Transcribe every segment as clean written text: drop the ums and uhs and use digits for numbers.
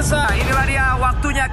pemirsa, inilah dia waktunya.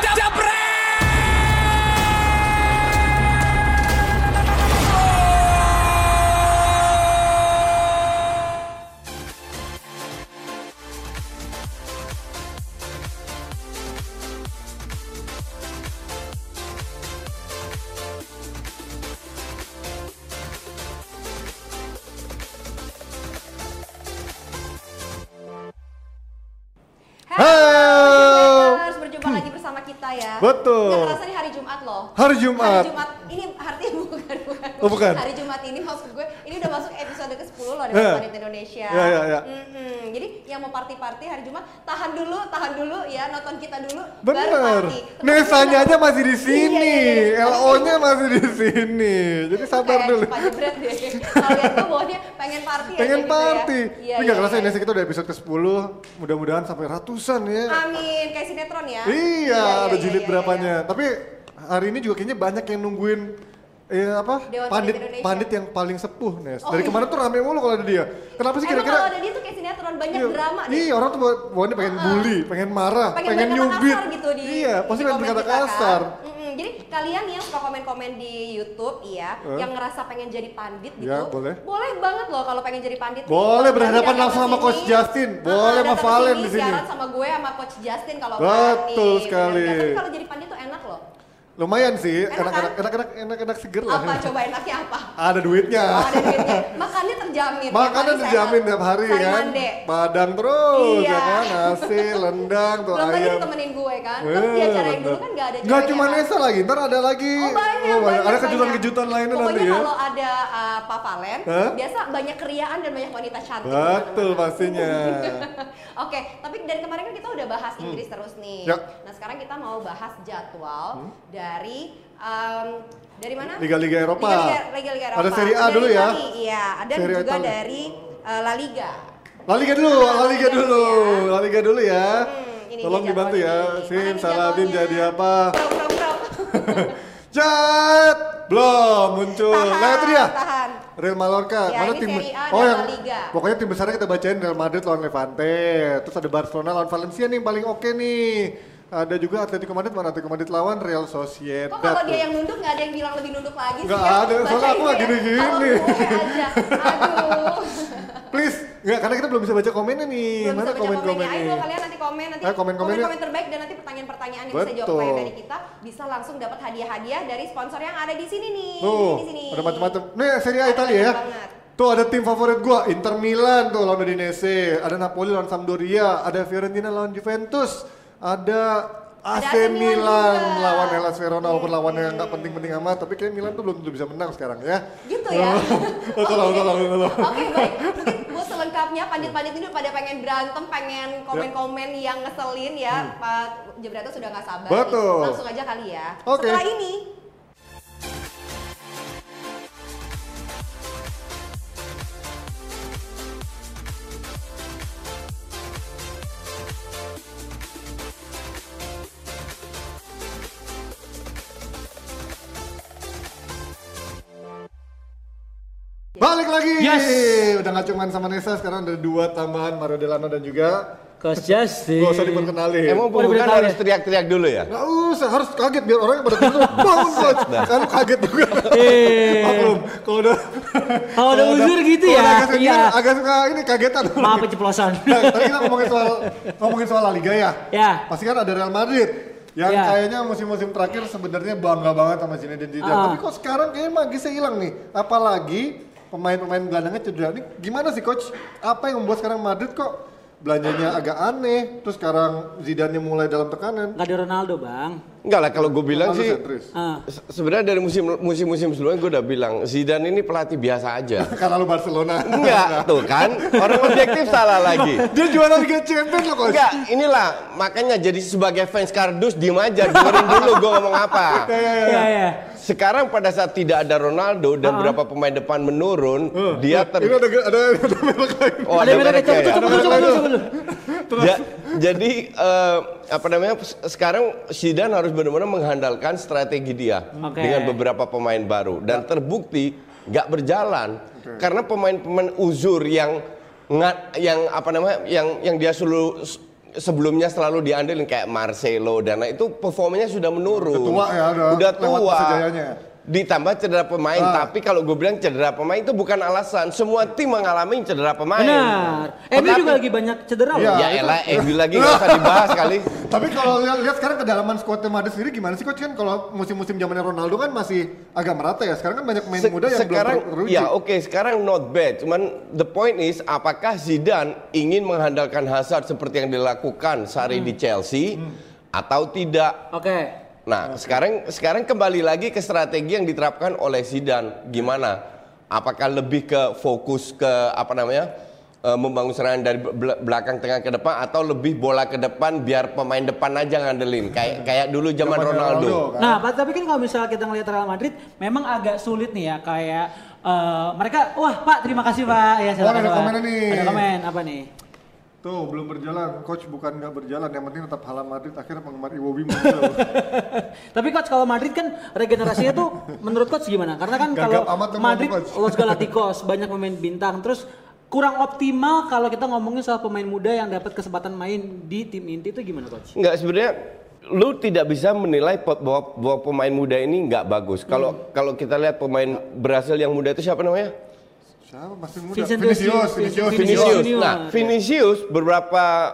Berjumpa lagi bersama kita ya. Betul. Nggak kerasa nih hari Jumat loh. Hari Jumat. Hari Jumat ini artinya bukan. Oh, bukan. Hari Jumat ini maksud gue ini udah masuk episode ke-10 loh dari Planet Indonesia. Ya. Jadi yang mau party-party hari Jumat tahan dulu ya, nonton kita dulu. Bener. Baru party. Nesanya aja masih di sini, Iya. LO-nya masih di sini. Jadi sabar dulu. Kayak Pak Jebret deh. Kalau lihat tuh bawahnya pengen party aja Pengen gitu party. ya. Tapi nggak kerasa Indonesia kita udah episode ke-10. Mudah-mudahan sampai ratusan ya. Amin, kayak sinetron ya. Iya, ada jilid berapanya. Tapi hari ini juga kayaknya banyak yang nungguin Dewan pandit yang paling sepuh, Nes. Oh, Dari iya. kemarin tuh rame mulu kalau ada dia. Kenapa sih Emang kira-kira? kalau ada dia tuh kayak sinetron, banyak drama deh. Iya, orang tuh bawaannya pengen bully, pengen marah, pengen berkata nyubit. kasar gitu di Iya, pasti di pengen komen berkata kita kan. kasar. Jadi kalian yang suka komen-komen di YouTube ya, yang ngerasa pengen jadi pandit gitu, Ya, boleh. boleh banget loh kalau pengen jadi pandit. Boleh Nih, berhadapan datang langsung ke sama Coach sini. Justin. Boleh sama Datang ke Valen di sini. Siaran sama gue sama Coach Justin kalau Betul berani. sekali. Tapi kalau jadi pandit tuh enak loh. Lumayan sih, Enak kan? enak seger lah. Apa coba enaknya apa? Ada duitnya. Oh, ada duitnya. Makannya terjamin. Makanan tiap hari terjamin sehat. tiap hari Sari kan. mande. Padang terus Iya. ya kan, nasi, lendang, tuh Belum lagi ayam. ditemenin gue kan. Kan di acara yang dulu kan nggak ada Nggak ceweknya cuma kan. Nesa lagi, ntar ada lagi. Oh banyak. Ada kejutan-kejutan lainnya nanti Pokoknya ya. kalau ada Pak Valen, Hah? biasa banyak keriaan dan banyak wanita cantik. Betul di mana-mana. pastinya. Oke, tapi dari kemarin kan kita udah bahas Inggris terus nih. Ya. Nah sekarang kita mau bahas jadwal dari mana? Liga-liga Eropa. Liga-liga Eropa. Ada Serie A Dari dulu ya. Itali, iya, ada Serie A juga Italia. dari La Liga. La Liga dulu ya. Ini Tolong dia dibantu jadwalnya ya. nih. Sim, Mana nih Saladin jadwalnya? jadi apa? Pro. Cat! Belum muncul. Nah itu dia. Tahan. Real Mallorca. Ya, Mana ini tim? Serie A Oh dan yang La Liga. pokoknya tim besarnya kita bacain Real Madrid lawan Levante. Terus ada Barcelona lawan Valencia nih yang paling oke nih. Ada juga Atletico Madrid lawan Real Sociedad. Kok kalau tuh. dia yang nunduk nggak ada yang bilang lebih nunduk lagi sih? Nggak ya? ada, soalnya Bacain aku nggak ya. gini-gini. Kalau gue aja, aduh. Please, nggak karena kita belum bisa baca komennya nih. Belum Mana bisa baca komen-komen komennya. Ayo nih? dong kalian nanti komen, nanti komen-komennya. komen terbaik dan nanti pertanyaan-pertanyaan yang bisa jawab Betul. pertanyaan dari kita bisa langsung dapat hadiah-hadiah dari sponsor yang ada di sini nih. Tuh, Di sini. ada macam-macam. Nih Serie A Ada Italia ya. banyak banget. Tuh ada tim favorit gua, Inter Milan tuh lawan Udinese, ada Napoli lawan Sampdoria, ada Fiorentina lawan Juventus, ada AC AC Milan Milan juga. lawan Hellas Verona walaupun lawannya nggak penting-penting amat, tapi kayak Milan tuh belum bisa menang sekarang ya. Gitu ya. Tolong. Oke baik, mungkin buat selengkapnya pandit-pandit ini pada pengen berantem, pengen komen-komen yang ngeselin ya. Pak Jebreto sudah nggak sabar. Betul. Nih. Langsung aja kali ya. Oke. Setelah ini. Balik lagi. Yes. Udah nggak cuman sama Nesa, sekarang ada 2 tambahan, Mario Delano dan juga Coach Justin. gak usah diperkenalin. Emang Udah pembukaan tahu harus ya? teriak-teriak dulu ya? Nggak usah, harus kaget biar orang yang pada tidur bangun coach. Kan kaget juga. Maklum, kalau udah uzur gitu ya? Iya. Agak suka ini kagetan. Maaf keceplosan. Nah, tadi kita ngomongin soal La Liga ya. Ya. Pasti kan ada Real Madrid yang Ya. kayaknya musim-musim terakhir sebenarnya bangga banget sama Zinedine Zidane. Tapi kok sekarang kayaknya magisnya hilang nih. Apalagi pemain-pemain gelandangnya cedera. Ini gimana sih coach? Apa yang membuat sekarang Madrid kok belanjanya agak aneh, terus sekarang Zidane-nya mulai dalam tekanan? Nggak ada Ronaldo bang. Enggak lah, kalau gue bilang Ronaldo sih sentris. sebenarnya dari musim-musim sebelumnya gue udah bilang Zidane ini pelatih biasa aja. Karena lu Barcelona. Enggak, tuh kan orang objektif salah lagi. Dia juara Liga Champions loh coach. Enggak, inilah makanya jadi sebagai fans kardus diem aja dengerin dulu gue ngomong apa. Iya. Sekarang pada saat tidak ada Ronaldo dan beberapa pemain depan menurun, dia Ini ada merek lain. Oh, Ada mereka mereka ya? coba dulu. Jadi apa namanya sekarang Zidane harus benar-benar mengandalkan strategi dia Oke. dengan beberapa pemain baru dan terbukti nggak berjalan karena pemain-pemain uzur yang apa namanya yang dia sebelumnya selalu diandelin kayak Marcelo dan itu performanya sudah menurun. Udah tua ya, udah lewat tua. masa jayanya. Ditambah cedera pemain, tapi kalau gue bilang cedera pemain itu bukan alasan. Semua tim mengalami cedera pemain. Benar. MU juga lagi banyak cedera loh. Iya. Ya elah, MU lagi nggak usah dibahas kali. Tapi kalau lihat sekarang kedalaman skuadnya Madrid sendiri gimana sih Coach? Kan kalau musim-musim zamannya Ronaldo kan masih agak merata ya. Sekarang kan banyak pemain muda yang Sekarang, belum teruji. ya oke, sekarang not bad. Cuman the point is, apakah Zidane ingin mengandalkan Hazard seperti yang dilakukan Sarri di Chelsea atau tidak? Oke. Nah, sekarang kembali lagi ke strategi yang diterapkan oleh Zidane. Gimana? Apakah lebih ke fokus ke membangun serangan dari belakang tengah ke depan atau lebih bola ke depan biar pemain depan aja ngandelin kayak dulu zaman Ronaldo. Kan? Nah, tapi kan kalau misalnya kita ngelihat Real Madrid memang agak sulit nih ya kayak mereka Pak, terima kasih Pak. Ya, silakan, ada Pak. komen nih. Ada komen apa nih? Tuh belum berjalan, Coach bukan nggak berjalan, yang penting tetap halam Madrid, akhirnya penggemar Iwobi muncul. Tapi Coach kalau Madrid kan regenerasinya tuh menurut Coach gimana? Karena kan Gagap kalau amat tuh Madrid ngomong, Coach. Los Galacticos banyak pemain bintang, terus kurang optimal kalau kita ngomongin soal pemain muda yang dapat kesempatan main di tim inti itu gimana Coach? Enggak, sebenarnya lu tidak bisa menilai bahwa pemain muda ini nggak bagus. Kalau kita lihat pemain Brasil yang muda itu siapa namanya? Siapa masih muda? Vinicius. Vinicius. Nah, Vinicius beberapa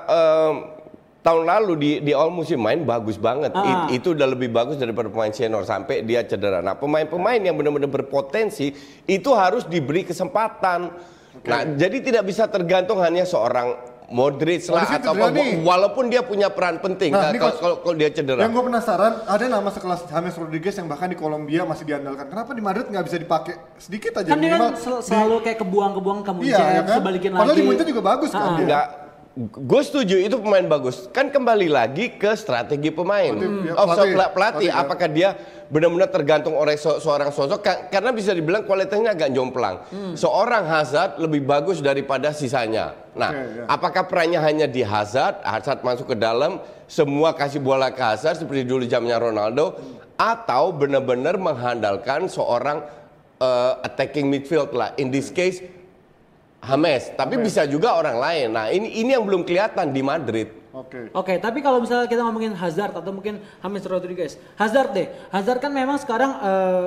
tahun lalu di awal musim main bagus banget. Itu udah lebih bagus daripada pemain senior sampai dia cedera. Nah, pemain-pemain yang benar-benar berpotensi itu harus diberi kesempatan. Nah, jadi tidak bisa tergantung hanya seorang Modric lah atau apa, walaupun dia punya peran penting kalau dia cedera. Yang gue penasaran, ada nama sekelas James Rodriguez yang bahkan di Kolombia masih diandalkan. Kenapa di Madrid nggak bisa dipakai sedikit aja? Kan dia kan selalu kayak kebuang-kebuang ke Munchen, ya kan? sebalikin lagi. Padahal di Munchen juga bagus kan dia. Enggak, gue setuju itu pemain bagus. Kan kembali lagi ke strategi pemain. Pelatih. Apakah dia benar-benar tergantung oleh seorang sosok? Karena bisa dibilang kualitasnya agak jomplang. Seorang Hazard lebih bagus daripada sisanya. Nah, apakah perannya hanya di Hazard masuk ke dalam, semua kasih bola ke Hazard seperti dulu zamannya Ronaldo, atau benar-benar mengandalkan seorang attacking midfield lah. In this case James, tapi bisa juga orang lain. Nah, ini yang belum kelihatan di Madrid. Oke, tapi kalau misalnya kita ngomongin Hazard atau mungkin James Rodriguez, Hazard kan memang sekarang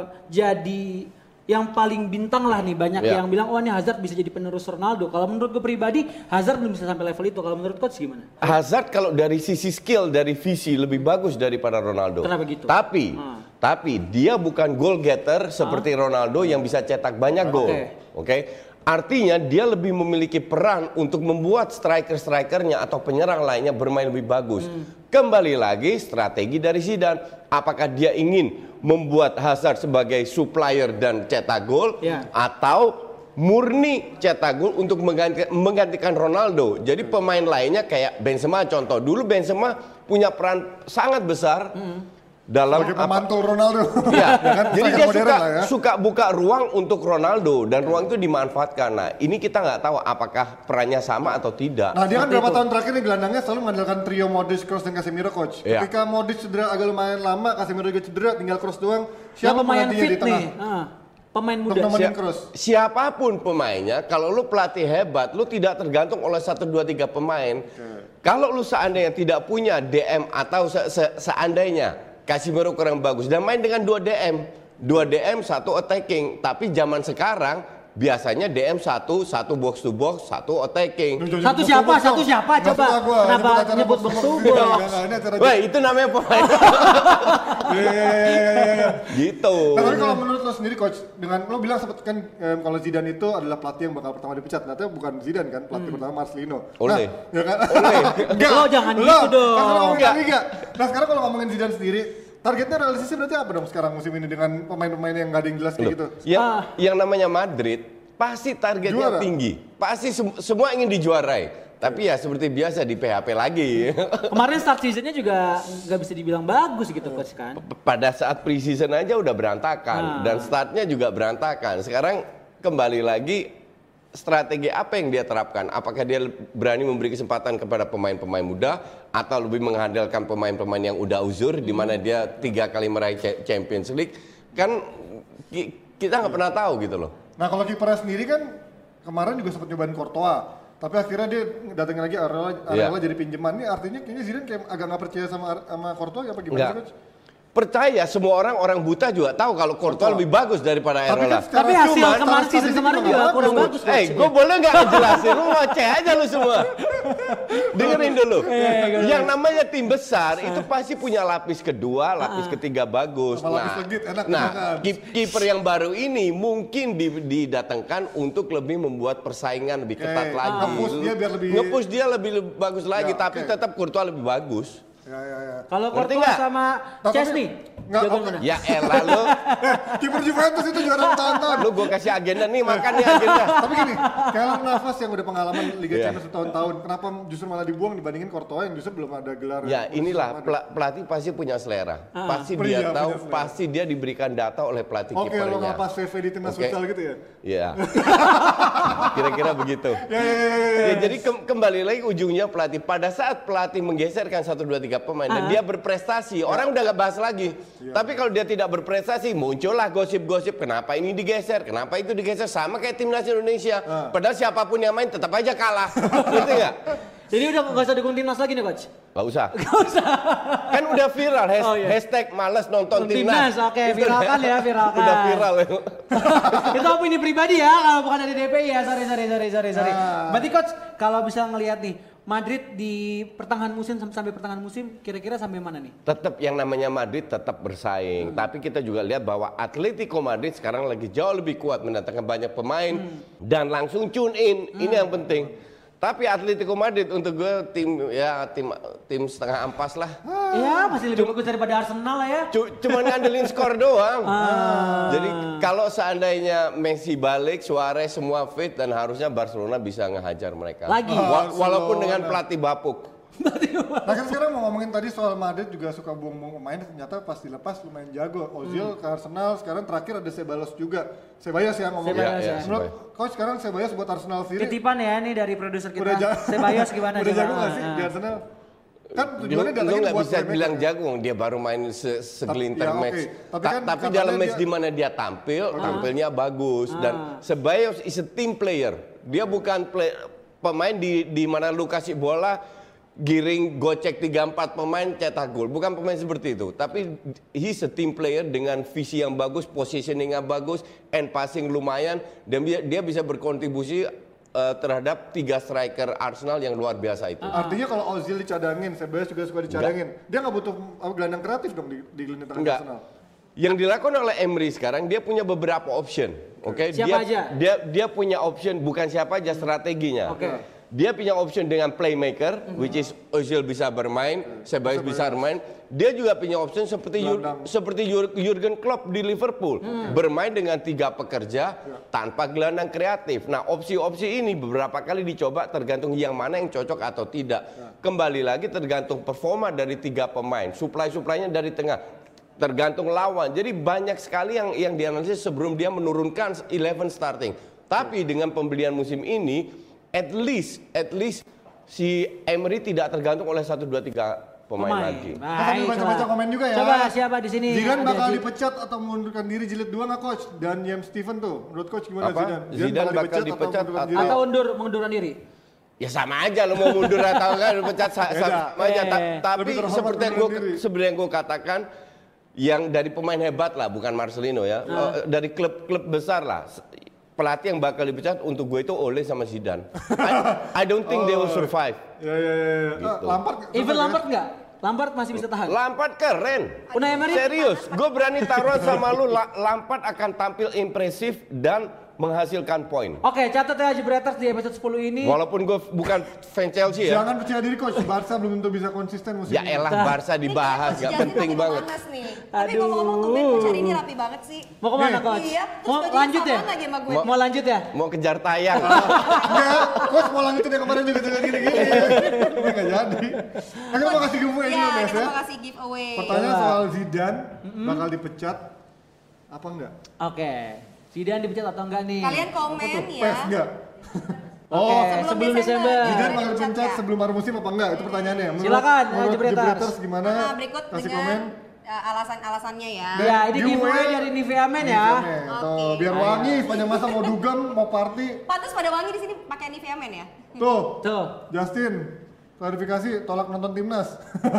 jadi yang paling bintang lah nih, banyak yang bilang ini Hazard bisa jadi penerus Ronaldo. Kalau menurut gue pribadi Hazard belum bisa sampai level itu. Kalau menurut Coach gimana? Hazard kalau dari sisi skill, dari visi lebih bagus daripada Ronaldo. Kenapa gitu? Tapi dia bukan goal getter seperti Ronaldo yang bisa cetak banyak gol. Oke. Artinya dia lebih memiliki peran untuk membuat striker-strikernya atau penyerang lainnya bermain lebih bagus. Kembali lagi strategi dari Zidane. Apakah dia ingin membuat Hazard sebagai supplier dan cetak gol atau murni cetak gol untuk menggantikan Ronaldo. Jadi pemain lainnya kayak Benzema contoh. Dulu Benzema punya peran sangat besar dalam sebagai pemantul Ronaldo. Ya, kan? Jadi dia suka buka ruang untuk Ronaldo dan ruang itu dimanfaatkan. Nah, ini kita nggak tahu apakah perannya sama atau tidak. Nah, dia kan berapa tahun terakhir nih gelandangnya selalu mengandalkan trio Modric, Kroos dan Casemiro, Coach. Ketika Modric cedera agak lumayan lama, Casemiro juga cedera, tinggal Kroos doang. Siapa penggantinya di tengah? Pemain muda. Siapapun pemainnya, kalau lu pelatih hebat, lu tidak tergantung oleh 1, 2, 3 pemain. Kalau lu seandainya tidak punya DM atau seandainya Casemiro kurang bagus dan main dengan 2 DM, 1 attacking. Tapi zaman sekarang biasanya DM 1 box to box, 1 attacking. Satu siapa? Coba. Kenapa nyebut box to box? Wah, itu namanya pemain. Gitu. Nah, tapi kalau menurut lo sendiri Coach, dengan lo bilang sempat kan kalau Zidane itu adalah pelatih yang bakal pertama dipecat. Ternyata bukan Zidane kan, pelatih pertama Marcelino. Oleh. Nah, ya kan? Lo jangan gitu dong. Kan lo ngomongin Liga. Nah, sekarang kalau ngomongin Zidane sendiri, targetnya realistisnya berarti apa dong sekarang musim ini dengan pemain-pemain yang gak ada yang jelas kayak gitu? Yang namanya Madrid pasti targetnya tinggi. Pasti semua ingin dijuarai. Tapi ya seperti biasa di PHP lagi. Kemarin start seasonnya juga nggak bisa dibilang bagus gitu Coach kan. Pada saat pre-season aja udah berantakan dan startnya juga berantakan. Sekarang kembali lagi strategi apa yang dia terapkan? Apakah dia berani memberi kesempatan kepada pemain-pemain muda atau lebih mengandalkan pemain-pemain yang udah uzur di mana dia 3 kali meraih Champions League? Kan kita nggak pernah tahu gitu loh. Nah, kalau kipernya sendiri kan kemarin juga sempat nyobain Courtois. Tapi akhirnya dia datangin lagi Areola jadi pinjaman. Ini artinya kayaknya Zidane kayak agak nggak percaya sama Courtois apa gimana sih, Coach? Percaya semua orang buta juga tahu kalau Courtois lebih bagus daripada Areola. Tapi hasil season kemarin juga kurang bagus. Gue boleh nggak ngejelasin? Lu ngoceh aja lu semua. Dengerin dulu. Yang namanya tim besar itu pasti punya lapis kedua, lapis ketiga bagus. Nah, kiper yang baru ini mungkin didatangkan untuk lebih membuat persaingan lebih ketat lagi. Nge-push dia lebih bagus lagi, tapi tetap Courtois lebih bagus. Ya. Kalau Courtois sama Chesney, jagoan mana? Ya elah lu. Kiper Juventus itu juara bertahun-tahun. Lu gue kasih agenda nih, makan nih agenda. Tapi gini, Keylor Navas yang udah pengalaman Liga Champions bertahun-tahun, kenapa justru malah dibuang dibandingin Courtois yang justru belum ada gelar? Ya inilah pelatih pasti punya selera. Pasti dia tahu, pasti dia diberikan data oleh pelatih kipernya. Oke, lo ngapa CV di timnas futsal gitu ya? Iya. Kira-kira begitu. Ya, jadi kembali lagi ujungnya pelatih. Pada saat pelatih menggeserkan 1, 2, 3 pemain dan dia berprestasi, orang udah gak bahas lagi. Tapi kalau dia tidak berprestasi, muncullah gosip-gosip kenapa ini digeser, kenapa itu digeser, sama kayak timnas Indonesia. Padahal siapapun yang main tetap aja kalah. Gitu nggak? Jadi udah nggak usah dukung timnas lagi nih, Coach? Gak usah. Kan udah viral hashtag males nonton timnas. Oke, viralkan ya, viralkan. Udah viral ya. Itu opini pribadi ya, kalau bukan dari DPI ya. Sorry. Berarti Coach, kalau bisa ngelihat nih, Madrid di pertengahan musim sampai pertengahan musim kira-kira sampai mana nih? Tetap yang namanya Madrid tetap bersaing. Tapi kita juga lihat bahwa Atletico Madrid sekarang lagi jauh lebih kuat mendatangkan banyak pemain dan langsung tune in. Ini yang penting. Tapi Atletico Madrid untuk gue tim setengah ampas lah. Ya masih lebih bagus daripada Arsenal lah ya. Cuman ngandelin skor doang. Jadi kalau seandainya Messi balik, Suarez semua fit dan harusnya Barcelona bisa ngehajar mereka. Lagi. Walaupun dengan pelatih bapuk. Nah kan sekarang mau ngomongin tadi soal Madrid juga suka buang-buang pemain, ternyata pas dilepas lumayan jago. Ozil ke Arsenal, sekarang terakhir ada Ceballos juga. Ceballos ya ngomongin. Menurut Coach sekarang Ceballos buat Arsenal sendiri. Titipan ya nih dari produser kita. Ceballos gimana? Udah jago nggak sih di Arsenal? Kan tujuannya datangin lu nggak buat bisa bilang jago, dia baru main segelintir match. Tapi dalam match di mana dia tampilnya bagus dan Ceballos is a team player. Dia bukan pemain di mana lu kasih bola giring gocek 3-4 pemain cetak gol, bukan pemain seperti itu, tapi he's a team player dengan visi yang bagus, positioning yang bagus, and passing lumayan, dan dia bisa berkontribusi terhadap 3 striker Arsenal yang luar biasa itu. Artinya kalau Ozil dicadangin, Ceballos juga suka dicadangin, dia nggak butuh gelandang kreatif dong di lini tengah Arsenal. Yang dilakukan oleh Emery sekarang, dia punya beberapa option, oke? Siapa aja? Dia punya option, bukan siapa aja, strateginya. Dia punya option dengan playmaker, which is Ozil bisa bermain, Ceballos bisa bermain. Dia juga punya option seperti Jurgen Klopp di Liverpool, bermain dengan 3 pekerja tanpa gelandang kreatif. Nah, opsi-opsi ini beberapa kali dicoba, tergantung yang mana yang cocok atau tidak. Kembali lagi tergantung performa dari 3 pemain, supply-supply-nya dari tengah. Tergantung lawan. Jadi banyak sekali yang dianalisis sebelum dia menurunkan 11 starting. Tapi dengan pembelian musim ini, at least si Emery tidak tergantung oleh 1, 2, 3 pemain lagi. Kita baca-baca komen juga ya. Coba siapa di sini? Zidane bakal dipecat atau mengundurkan diri jilid 2 nggak Coach? Dan James Steven tuh, menurut Coach gimana Zidane bakal dipecat atau mengundurkan diri? Ya sama aja lo mau mundur atau enggak dipecat sama aja. Tapi seperti yang gue katakan, yang dari pemain hebat lah, bukan Marcelino ya, dari klub-klub besar lah. Pelatih yang bakal dipecat untuk gue itu Ole sama Zidane. I don't think they will survive. Gitu. Lampard nggak? Lampard masih bisa tahan. Lampard keren. Unai Emery? Serius, gue berani taruhan sama lu. Lampard akan tampil impresif dan menghasilkan poin. Oke, catat ya Jebreters di episode 10 ini. Walaupun gue bukan fan Chelsea ya. Jangan percaya diri Coach, Barca belum tentu bisa konsisten musim ini. Ya elah, Barca dibahas, gak penting banget. Tapi ngomong-ngomong tuh Ben Coach hari ini rapi banget sih. Mau kemana Coach? Iya, mau lanjut ya? Mau lanjut ya? Mau kejar tayang. Enggak, Coach mau lanjutin yang kemarin juga gini-gini. Tapi gak jadi. Kita mau kasih giveaway dulu Mes ya. Kita mau kasih giveaway. Pertanyaan soal Zidane, bakal dipecat apa enggak? Oke. Zidane dipecat atau enggak nih? Kalian komen ya. PES enggak? Sebelum Desember. Zidane bakal dipecat sebelum baru musim apa enggak? Itu pertanyaannya. Silakan Jebreters gimana? Berikut kasih dengan komen. alasan-alasannya ya. Ya, ini giveaway dari Nivea Men ya. Tuh, biar wangi sepanjang masa mau dugem, mau party. Pantes pada wangi di sini pakai Nivea Men ya. Tuh, Tuh. Justin, klarifikasi tolak nonton timnas.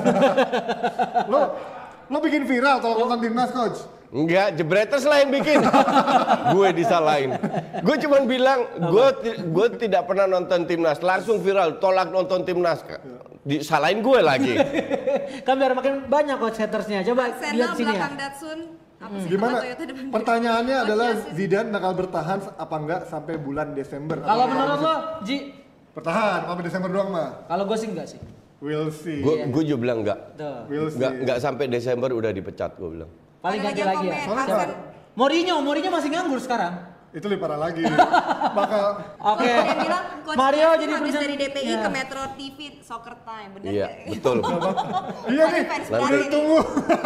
lo bikin viral tolak nonton timnas, coach. Enggak, Jebreters lah yang bikin. Gue disalahin. Gue cuma bilang, gue tidak pernah nonton timnas. Langsung viral, tolak nonton timnas. Disalahin gue lagi. Kan biar makin banyak coach hatersnya. Coba Arsenal lihat sini ya. belakang Datsun. Apa sih? Gimana? Apa Toyota depan? Pertanyaannya Coach adalah Justin. Zidane bakal bertahan apa enggak sampai bulan Desember? Kalau Atau menurut lo, Ji, bertahan sampai Desember doang mah. kalau gue sih enggak sih. We'll see. Gue juga bilang enggak. Tuh. We'll see. Enggak sampai Desember udah dipecat, gue bilang. Paling Ada ganti yang lagi ya. komen, Soalnya Hasan. Mourinho masih nganggur sekarang. Itu lebih parah lagi. Bakal Oke. Ada yang bilang Coach Mario Justin jadi habis presiden. dari DPI Ya. ke Metro TV Soccer Time, bener Iya, nggak? betul. iya nih, Fans udah berat ini. ditunggu.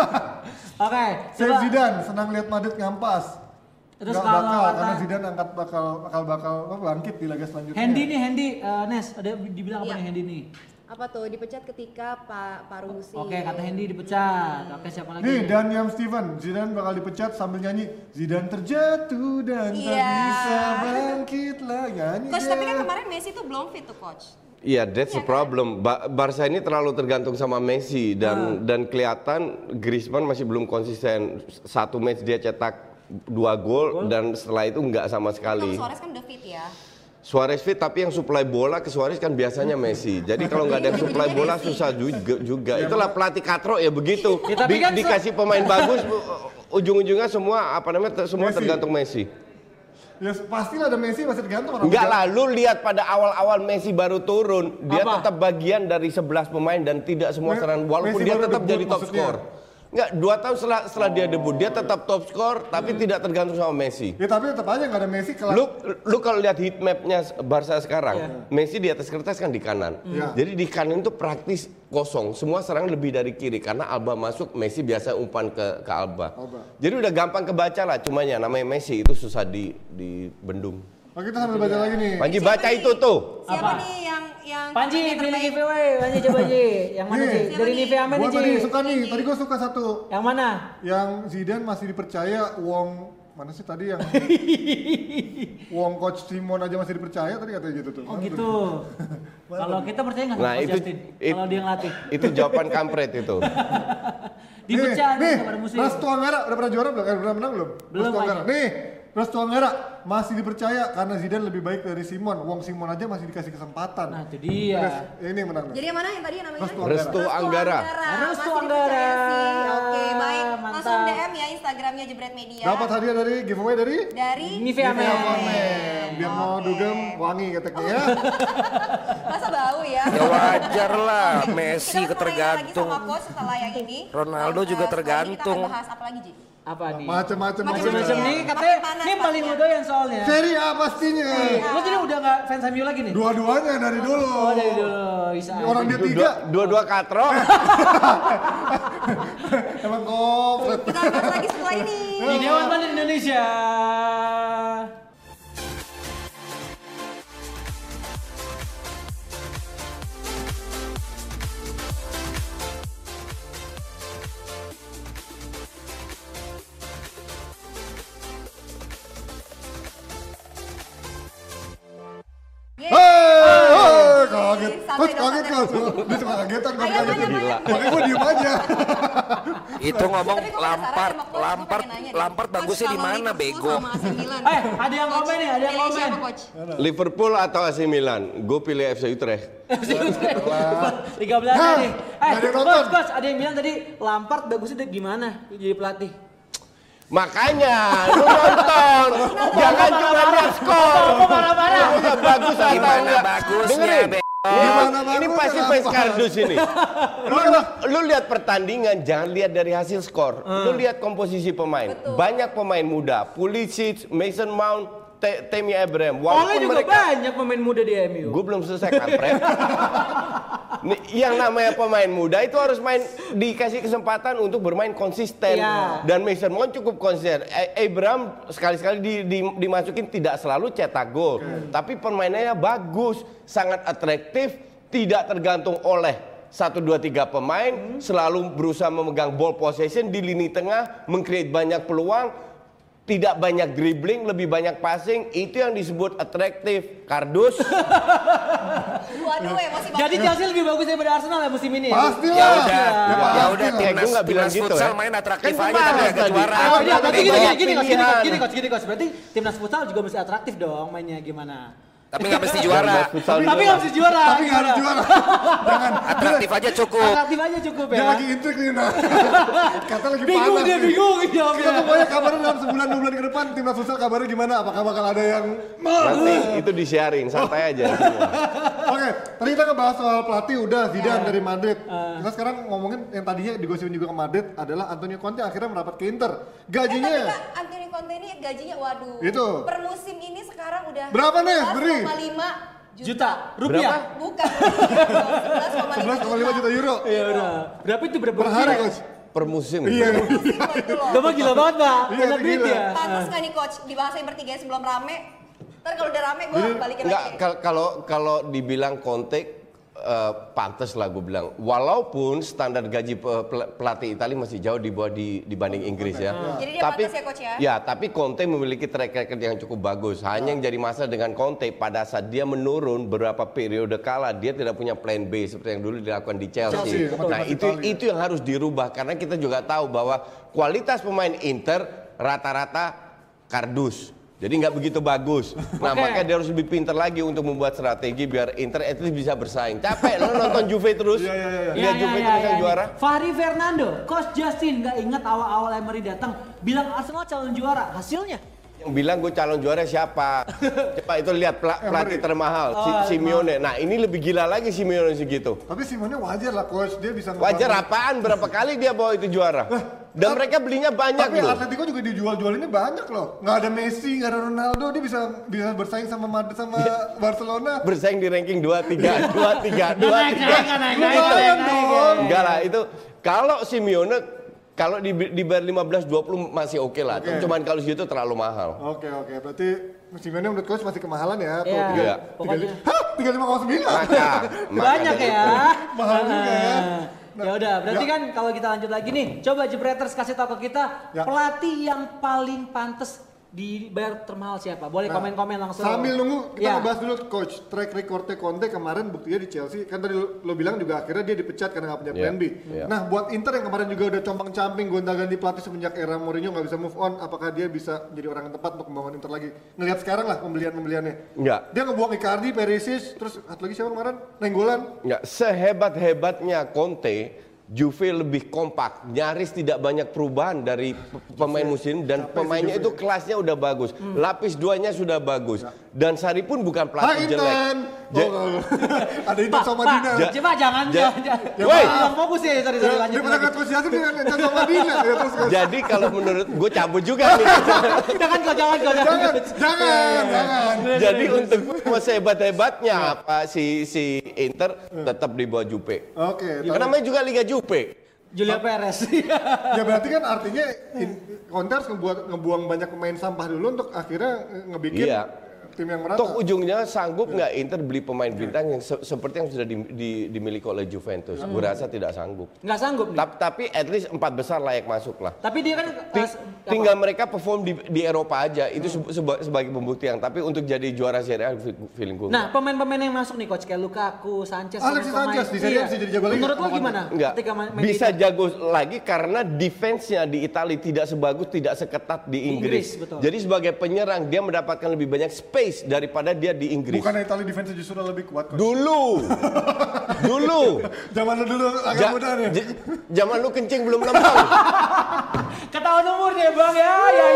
Oke. Save Coba. Zidane, senang lihat Madrid ngampas. Terus Nggak kalau bakal, kata- karena Zidane bakal bangkit di laga selanjutnya. Hendy, Nes, ada dibilang apa Iya. nih Hendy nih? Apa tuh dipecat ketika Pak Parusi. Oke, kata Hendy dipecat. Oke, siapa lagi? Nih, Daniel Steven, Zidane bakal dipecat sambil nyanyi Zidane terjatuh dan tak Iya. bisa bangkit lagi. Nyanyi Coach, dia. tapi kan kemarin Messi tuh belum fit tuh coach. Iya, that's the problem. Barca ini terlalu tergantung sama Messi dan kelihatan Griezmann masih belum konsisten. Satu match dia cetak 2 gol dan setelah itu nggak sama sekali. Kalau Suarez kan udah fit ya. Suarez fit tapi yang supply bola ke Suarez kan biasanya Messi. Jadi kalau nggak ada yang supply bola susah juga. Itulah pelatih katro ya begitu. Ya, tapi kan Dikasih pemain bagus ujung-ujungnya semua semua Messi. tergantung Messi. Ya pastilah ada Messi masih tergantung orang. Enggak lah, lu lihat pada awal-awal Messi baru turun, dia Apa? tetap bagian dari 11 pemain dan tidak semua serangan walaupun Messi dia baru tetap debut jadi top maksudnya. skor. Enggak, 2 tahun setelah dia debut dia tetap top skor tapi tidak tergantung sama Messi. Ya tapi tetap aja nggak ada Messi kalau Lu kalau lihat heat map-nya Barca sekarang, Messi di atas kertas kan di kanan. Iya. Jadi di kanan itu praktis kosong, semua serangan lebih dari kiri karena Alba masuk, Messi biasa umpan ke Alba. Jadi udah gampang kebaca lah, cuma ya namanya Messi itu susah dibendung. Oh, kita sambil baca lagi nih. Panji Siapa baca nih? itu tuh. Siapa Apa? nih yang Panji, yang pilih terbaik? giveaway. Panji coba Ji. Yang mana Nih. Ji? Siapa Dari nih? Nivea mana Gua Ji? tadi suka nih, tadi gua suka satu. Yang mana? Yang Zidane masih dipercaya, Wong mana sih tadi yang Wong coach Simon aja masih dipercaya tadi katanya gitu tuh. Oh gitu. Kalau kita percaya nggak sama Nah, Coach itu- Justin? it- Kalau dia ngelatih. Itu jawaban kampret itu. Dipecat nih, pada musim. Restu Anggara udah pernah juara belum? Udah menang belum? Belum, Restu Anggara. Pak. Nih, Restu Anggara masih dipercaya karena Zidane lebih baik dari Simon. Wong Simon aja masih dikasih kesempatan. Nah, itu dia. Terus, ini yang menang. Jadi yang mana yang tadi yang namanya? Restu Restu Anggara. Restu Masih Anggara. dipercaya sih. Oke, baik. Langsung Mantap. DM ya Instagramnya Jebret Media. Dapat hadiah dari giveaway dari Dari Nivea Men. Biar mau dugem wangi keteknya ya. Masa bau ya? Ya wajar lah, Oke, Messi kita langsung nanya lagi ketergantung. sama coach setelah yang ini. Ronaldo juga Setelah ini tergantung. Kita akan bahas apa lagi, Ji? Apa nih? Macem-macem. Macam-macam Iya. nih katanya. Makin panas Ini paling pastinya. doyan soalnya. Serie A pastinya. Lo jadi udah nggak fans MU lagi nih? Dua-duanya dari dulu. Oh dari dulu bisa. Orang dia aja. tiga. Dua-dua katro. Emang komplit. Kita bahas lagi setelah ini. Di Dewan Bandit Indonesia. Hei, kaget. Santai Coach dong, kaget santai kan? dong. Dia suka kagetan kan? Ayo, Kaget. gila. Makanya gue diem aja. Itu ngomong Tapi gua penasaran Lampard, sama Coach, gua Lampard, pengen nanya deh. Lampard Coach, bagusnya di kalau mana, Liverpool bego? sama AC Milan. Ada yang Coach, komen nih, ada yang pilih komen. siapa, Coach? Liverpool atau AC Milan? Gue pilih FC Utrecht. 13 Hah, nih. nggak ada yang nonton. Coach, ada yang bilang tadi Lampard bagusnya gimana jadi pelatih? Makanya lu nonton, jangan cuma lihat skor. Apa marah-marah? Ya, bagus atau Gimana enggak? bagusnya, Dengerin. bego? Gimana Ini bagusnya, pasti Lampard? fans kardus ini. Lu lihat pertandingan, jangan lihat dari hasil skor. Lu lihat komposisi pemain. Banyak pemain muda, Pulisic, Mason Mount, Tammy Abraham. Oleh juga banyak pemain muda di MU. Gue belum selesai kampret. Nih, yang namanya pemain muda itu harus main dikasih kesempatan untuk bermain konsisten. Iya. Dan Mason Mount cukup konsisten. Abraham sekali-sekali dimasukin tidak selalu cetak gol, tapi permainannya bagus, sangat atraktif, tidak tergantung oleh 1, 2, 3 pemain, selalu berusaha memegang ball possession di lini tengah, meng-create banyak peluang. tidak banyak dribbling, lebih banyak passing, itu yang disebut atraktif. Kardus. Waduh, masih Jadi Chelsea lebih bagus daripada Arsenal ya musim ini ya? Pasti Ya lah. udah, ya udah Gue nggak bilang timnas gitu futsal ya. main atraktif Kan aja gua tapi bahas agak tadi. juara. Oh, Oh iya, berarti Banyak gini pilihan. coach. Berarti timnas futsal juga mesti atraktif dong mainnya gimana? Tapi nggak mesti juara. Tapi nggak mesti juara. Tapi nggak harus juara. Jangan. Atraktif aja cukup. Atraktif aja cukup ya. Dia lagi intrik nih, nah. Kata lagi Bingung panas dia, nih. bingung Kita jawabnya. pokoknya kabarnya dalam sebulan 2 bulan ke depan timnas futsal kabarnya gimana? Apakah bakal ada yang Nanti itu disiarin, santai aja semua. Oke, tadi kita ngebahas soal pelatih udah Zidane dari Madrid. Kita sekarang ngomongin yang tadinya digosipin juga ke Madrid adalah Antonio Conte akhirnya merapat ke Inter. Tapi Gajinya Kak, Antonio Conte ini gajinya waduh. Itu. Per musim ini sekarang udah Berapa nih, Beri? 11,5 Juta rupiah. Bukan. 11,5 juta euro. Iya udah. Berapa itu berapa Per hari, rupiah? coach. Per musim. Iya. Itu loh. Coba gila banget Pak. Iya, Banyak duit gila. ya. Pantes nggak nih coach dibahasain bertiga sebelum rame? Ntar kalau udah rame gue balikin Enggak, lagi. kalau dibilang Conte pantes lah gue bilang. Walaupun standar gaji pelatih Italia masih jauh di bawah dibanding Inggris ya. Jadi dia pantas ya, Coach, ya? Ya, tapi Conte memiliki track record yang cukup bagus. Hanya yang jadi masalah dengan Conte pada saat dia menurun beberapa periode kala dia tidak punya plan B seperti yang dulu dilakukan di Chelsea. Chelsea, Nah, itu yang harus dirubah karena kita juga tahu bahwa kualitas pemain Inter rata-rata kardus. Jadi nggak begitu bagus. Nah, makanya dia harus lebih pintar lagi untuk membuat strategi biar Inter at least bisa bersaing. Capek lo nonton Juve terus. Lihat Juve terus yang juara. Fahri Fernando, Coach Justin nggak ingat awal-awal Emery datang bilang Arsenal calon juara. Hasilnya? Yang bilang gue calon juara siapa? Coba itu lihat pelatih termahal, Simeone. Nah, ini lebih gila lagi Simeone segitu. Tapi Simone wajar lah coach, dia bisa Wajar apaan? Berapa kali dia bawa itu juara? Dan mereka belinya banyak Tapi loh. Atletico juga dijual-jualinnya banyak loh. Nggak ada Messi, nggak ada Ronaldo, dia bisa bersaing sama Madrid sama Barcelona. Bersaing di ranking 2, 3, 2, 3, 2, 3. Lumayan dong. Enggak lah, itu kalau Simeone kalau dibayar 15-20 masih oke lah. Cuman kalau segitu terlalu mahal. Oke, berarti Simone menurut coach masih kemahalan ya. Tuh, Iya. Iya. Pokoknya 35,9. banyak ya. Mahal juga ya. Ya udah, berarti kan kalau kita lanjut lagi nih, coba Jebreters kasih tahu ke kita Ya. pelatih yang paling pantas dibayar termahal siapa? Boleh komen-komen langsung. Sambil nunggu kita Ya. ngebahas dulu coach track recordnya Conte kemarin buktinya di Chelsea kan tadi lo bilang juga akhirnya dia dipecat karena nggak punya plan B. Iya. Nah buat Inter yang kemarin juga udah compang-camping gonta-ganti pelatih semenjak era Mourinho nggak bisa move on, apakah dia bisa jadi orang yang tepat untuk membangun Inter lagi? Ngelihat sekarang lah pembeliannya. Enggak. Dia ngebuang Icardi, Perisic, terus satu lagi siapa kemarin? Nainggolan. Enggak, sehebat-hebatnya Conte, Juve lebih kompak, nyaris tidak banyak perubahan dari pemain musim dan pemainnya itu kelasnya udah bagus. Lapis duanya sudah bagus. Dan Sarri pun bukan pelatih jelek. Inten. Ada Inten sama Pak, Dina. coba jangan. Woi. Jangan fokus ya, sorry Dia lanjut pernah lagi. ngeliat coach Yasin dengan Inten sama Dina. Ya, terus coach. Jadi kalau menurut gue cabut juga nih. Jangan. Jangan. Jadi untuk sehebat-hebatnya apa si Inter tetap di bawah Juve. Oke. Karena namanya juga Liga Juve. Julia Perez. Ya berarti kan artinya Conte harus ngebuang banyak pemain sampah dulu untuk akhirnya ngebikin Iya. tim yang merata. Toh ujungnya sanggup nggak Inter beli pemain bintang yang seperti yang sudah dimiliki oleh Juventus? Gue rasa tidak sanggup. Nggak sanggup nih. Tapi at least 4 besar layak masuk lah. Tapi dia kan Tinggal mereka perform di Eropa aja, itu sebagai pembuktian. Tapi untuk jadi juara Serie A, feeling gue. Nah, pemain-pemain yang masuk nih coach kayak Lukaku, Sanchez, Alexis pemain- Sanchez di Serie A bisa jadi jago lagi. Menurut lo Apa gimana? Enggak, Ketika main bisa di- jago lagi karena defense-nya di Italia tidak sebagus, tidak seketat di Inggris. Betul. Jadi sebagai penyerang dia mendapatkan lebih banyak space daripada dia di Inggris. Bukan Italia defense justru lebih kuat. Coach. Dulu. Zaman dulu agak muda nih. Zaman lu kencing belum lembang. Ketahuan umur dia bang ya.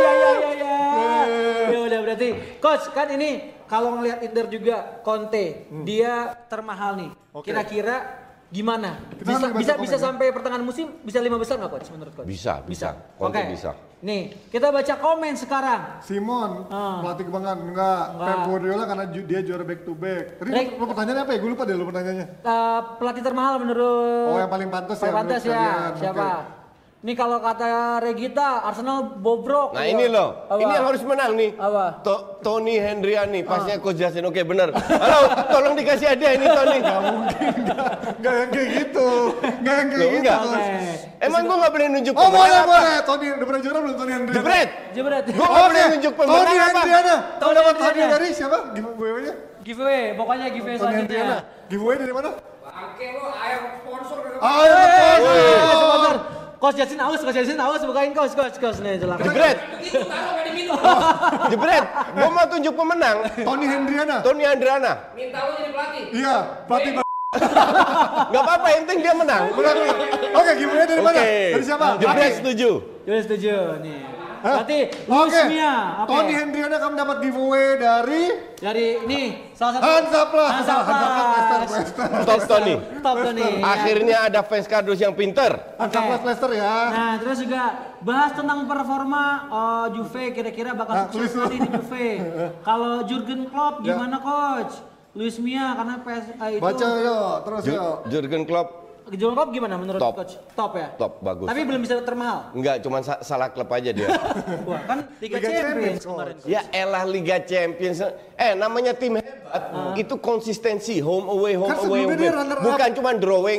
Ya udah berarti coach kan ini kalau ngelihat Inter juga Conte dia termahal nih. Oke. Kira-kira gimana? Kita harus baca Bisa komen, sampai pertengahan musim bisa 5 besar nggak coach menurut coach? Bisa. Conte Oke. bisa. Nih kita baca komen sekarang. Simon, Ah. pelatih kebanggaan enggak. Pep Guardiola karena dia juara back to back. Tadi lo pertanyaannya apa ya? Gue lupa deh lo pertanyaannya. Pelatih termahal menurut Oh yang paling pantas ya. paling pantas menurut ya kalian. siapa? Oke. Nih kalau kata Regita, Arsenal bobrok. Nah ini loh, Apa? ini yang harus menang nih. Apa? Tony Hendriani, pasnya Coach Justin. Oke bener. Halo, tolong dikasih hadiah ini Tony. Gak mungkin, gak yang kayak gitu. Gak yang kayak Loh, gitu. enggak. Coach. Emang gue gak boleh nunjuk Oh pemenang apa? boleh. Tony, udah pernah juara belum Tony Hendriana? Jebret. Jebret. Gue gak boleh nunjuk pemenang Tony apa? Hendriana. Tahu dapat Hendriana. hadiah dari siapa? Giveaway-nya? Giveaway, pokoknya giveaway Tony selanjutnya. Hendriana. Giveaway dari mana? Oke lo, ayo sponsor. Ayo, Sponsor. Coach Justin aus, bukain coach nih silakan. Jebret. Itu taruh gak diminum. Jebret. Gue mau tunjuk pemenang. Tony Hendriana. Tony Hendriana. Minta lo jadi pelatih. Iya, pelatih Gak apa-apa, yang penting dia menang. menang. Oke, giveaway dari mana? Oke. Dari siapa? Jebret Aki. setuju. Jadi setuju nih. Hah? Berarti Oke. Luis Mia. Oke. Tony Hendriana kamu dapat giveaway dari Dari ini salah satu Hansaplast. Hansaplast. Top Tony. Top Tony. Akhirnya ada fans kardus yang pinter. Hansaplast Leicester ya. Nah, terus juga bahas tentang performa Juve kira-kira bakal sukses tulis dulu. nanti di Juve. Kalau Jurgen Klopp gimana coach? Luis Mia karena itu Baca yuk, terus yuk. Jurgen Klopp Jurgen Klopp gimana menurut Top. coach? Top ya? top bagus. Tapi belum bisa termahal. Enggak, cuma salah klub aja dia. Wah, kan Liga Liga Champions Champions, kemarin. Ya elah Liga Champions. Namanya tim hebat. Itu konsistensi home away Kan sebelumnya dia runner up. Bukan cuma drawing.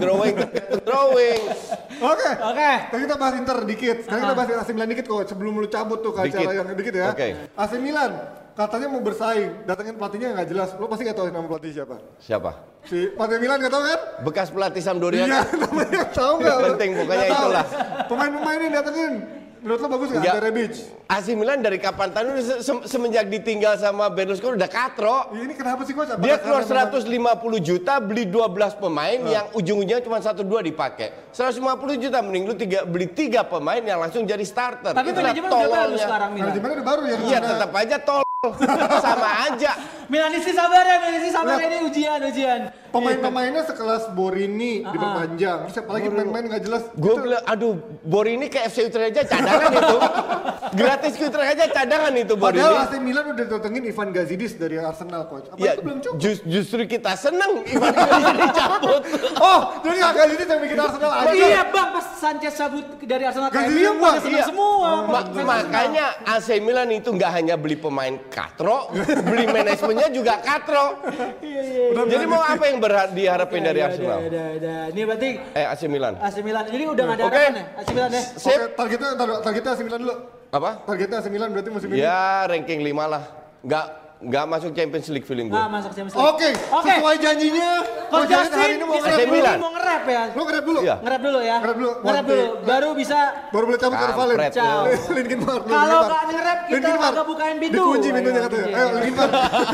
Oke. Oke. Sekarang kita bahas Inter dikit. Sekarang kita bahas AC Milan dikit kok. Sebelum lu cabut tuh ke Dikit. acara yang dikit ya. Oke. AC Milan katanya mau bersaing. Datengin pelatihnya nggak jelas. Lo pasti nggak tahu nama pelatih siapa? Siapa? Si pelatih Milan nggak tahu kan? Bekas pelatih Sampdoria Iya, kan? namanya tahu nggak? Nggak penting, pokoknya Nggak tahu. itulah. Pemain-pemain yang datengin. Menurut lo bagus nggak? Ya. Ante Rebic. AC Milan dari kapan tahu semenjak ditinggal sama Berlusconi udah katro. Ya, ini kenapa sih coach? Apakah Dia keluar karena memang- 150 juta beli 12 pemain yang ujung-ujungnya cuma 1-2 dipakai. 150 juta mending lu beli 3 pemain yang langsung jadi starter. Tapi Itulah manajemen udah baru tololnya. sekarang Milan. Manajemennya udah baru ya. Iya karena- tetap aja sama aja. Milanisti sabar ya, ini ujian. Pemain-pemainnya sekelas Borini diperpanjang. Terus apalagi pemain-pemain nggak jelas. Gue bilang, aduh, Borini ke FC Utrecht aja cadangan itu. Gratis ke Utrecht aja cadangan itu Borini. Padahal AC Milan udah datengin Ivan Gazidis dari Arsenal coach. Apa Ya, itu belum cukup? justru kita seneng Ivan Gazidis dicabut. Oh, jadi nggak Gazidis yang bikin Arsenal aja. Iya bang, pas Sanchez cabut dari Arsenal ke Gaji MU, semua, pada seneng Iya. semua. Makanya AC Milan itu nggak hanya beli pemain katro, beli manajemennya juga katro. Jadi mau apa yang diharapin dari Arsenal? Udah. Ini berarti AC Milan. AC Milan. Jadi udah nggak ada Oke. harapan ya? AC Milan ya? Oke, targetnya AC Milan dulu. Apa? Targetnya AC Milan berarti musim ini. Ya ranking 5 lah. Nggak masuk Champions League feeling gue. Nah, masuk Champions League. Oke, sesuai janjinya. Coach Justin Justin hari ini mau bisa AC Milan. mau nge-rap ya? Lu nge-rap dulu. Iya. Nge-rap dulu ya? Nge-rap dulu. Nge-rap dulu. Baru bisa. Baru boleh cabut ke Valen. Kampret. Ciao. Linkin Park. Kalau nggak nge-rap kita kagak bukain pintu. Dikunci pintunya katanya. Ayo Linkin Park.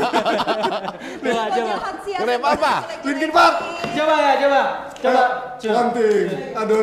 Coba. Nge-rap apa? Linkin Park. Coba. One thing. Aduh.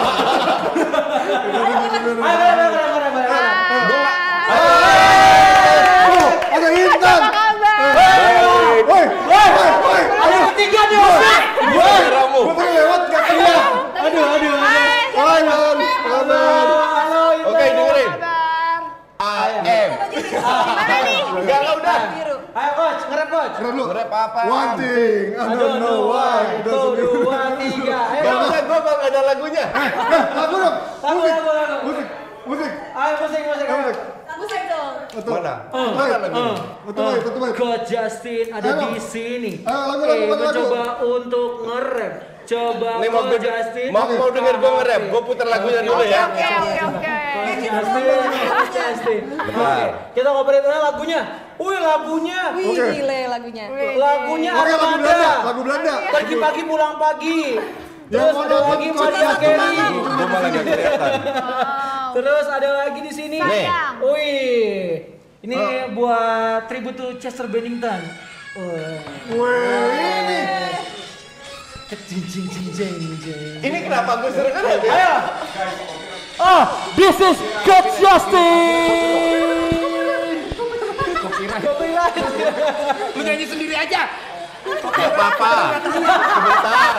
Ada Intan. Woi. Ada ketiga nih, Ramu. Gua baru lewat nggak kelihatan. Aduh. Hai Man. Kabar. Halo, Oke dengerin. AM. Mana nih? Enggak udah. Biru. Ayo coach, nge-rap coach. Nge-rap dulu. Nge-rap apa? One thing. I don't know why. Udah 1, 2, 3. Ayo. Gak usah, gue bang ada lagunya. Lagu dong. Lagu. Musik. Ayo musik. Musik dong. Betul. Mana? Mana lagunya? Betul. Coach Justin ada Ayo. di sini. Ayo, lagu. Mencoba untuk nge-rap. Coba Nih mau Coach Justin. mau denger gue nge-rap, gue putar lagunya dulu ya. Coach Justin. Oke, kita ngobrolin dulu lagunya. Lagunya. Wih, Oke. gile lagunya. Lagunya Oke, lagu Belanda. Armada. Lagu Belanda. Pagi-pagi pulang pagi. Terus mau ada nonton lagi Coach Maria Justin Carey. lagi. Gue malah gak kelihatan. Terus ada lagi di sini. Nih. Wih. Ini buat tribute to Chester Bennington. Wih, ini. Jing. Ini kenapa gue sering nge-rap ya? Ayo. This is Coach Justin. Copyright. Lu nyanyi sendiri aja. Gak apa-apa. Sebentar.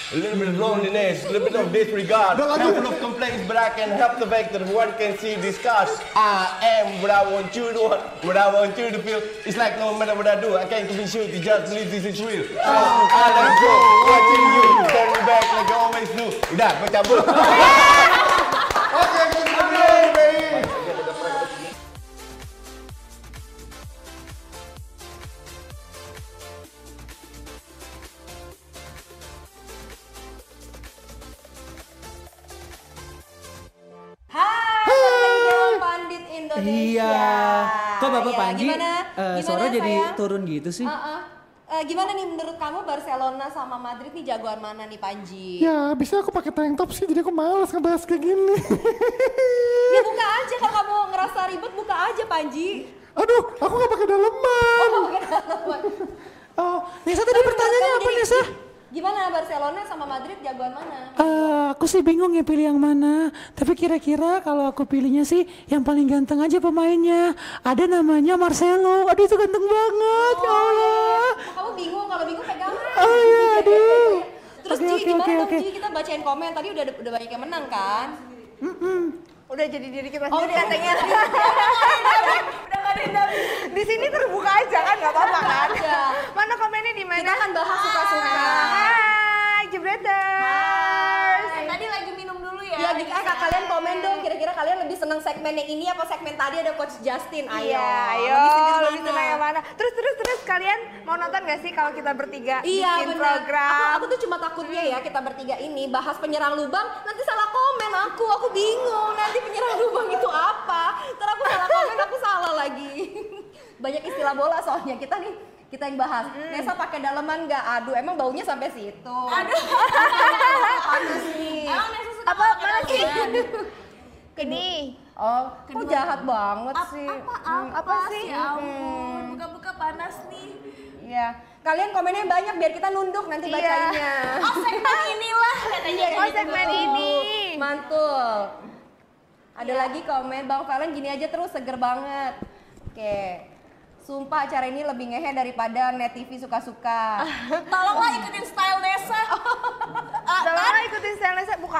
a little bit of loneliness, a little bit of disregard, a couple of complaints, but I can help the fact that one can see these scars. I am what I want you to want, what I want you to feel. It's like no matter what I do, I can't convince you to just believe this is real. I let go, watching you, turning back like I always do. Udah, gue cabut. Oke, kita dulu, Bei. Hai, Dewan Pandit Indonesia. Iya. Kok Bapak Ya, Panji gimana suara jadi sayang? turun gitu sih? Gimana nih menurut kamu Barcelona sama Madrid nih jagoan mana nih Panji? Ya, bisa aku pakai tank top sih, jadi aku malas ngebahas kayak gini. Ya buka aja kalau kamu ngerasa ribet buka aja Panji. Aduh, aku nggak pakai daleman. Oh, Nesa tadi pertanyaannya apa Nesa? Gimana Barcelona sama Madrid jagoan mana? Aku sih bingung ya pilih yang mana. Tapi kira-kira kalau aku pilihnya sih yang paling ganteng aja pemainnya. Ada namanya Marcelo. Aduh itu ganteng banget. Ya Allah. Kamu bingung, kalau bingung pegangan. Oh iya, aduh. Terus Oke, Ji, oke, gimana oke, dong oke. Ji? Kita bacain komen, tadi udah banyak yang menang kan? Udah jadi diri kita Oh sendiri udah katanya. udah gak ada Di sini terbuka aja kan, nggak apa-apa kan? Ada. Mana komennya di mana? Kita kan bahas suka-suka. Hai, Jebreters. Tadi lagi minum dulu ya. Kalian komen dong, kira-kira kalian lebih seneng segmen yang ini apa segmen tadi ada Coach Justin? Ayo. Iya, ayo. Lebih Lebih senang yang mana? Terus kalian mau nonton nggak sih kalau kita bertiga Iya bikin benar. program? Aku tuh cuma takutnya ya kita bertiga ini bahas penyerang lubang nanti salah komen aku bingung nanti penyerang lubang itu apa. Ntar aku salah komen aku salah lagi. Banyak istilah bola soalnya kita yang bahas. Nesa pakai daleman nggak? Aduh emang baunya sampai situ. Aduh. Panas nih. Emang Nesa suka Apa pakai mana sih? daleman? Ini. Oh, kok jahat banget sih? Apa sih? Ya ampun, buka-buka panas nih. Iya. Kalian komennya banyak biar kita nunduk nanti Iya. bacainnya. Oh segmen inilah katanya. Oh, segmen ini. Mantul. Ada lagi komen, Bang Valen gini aja terus seger banget. Oke. Sumpah acara ini lebih ngehe daripada Net TV suka-suka. Tolonglah ikutin style Nesa. Tolonglah ikutin style buka.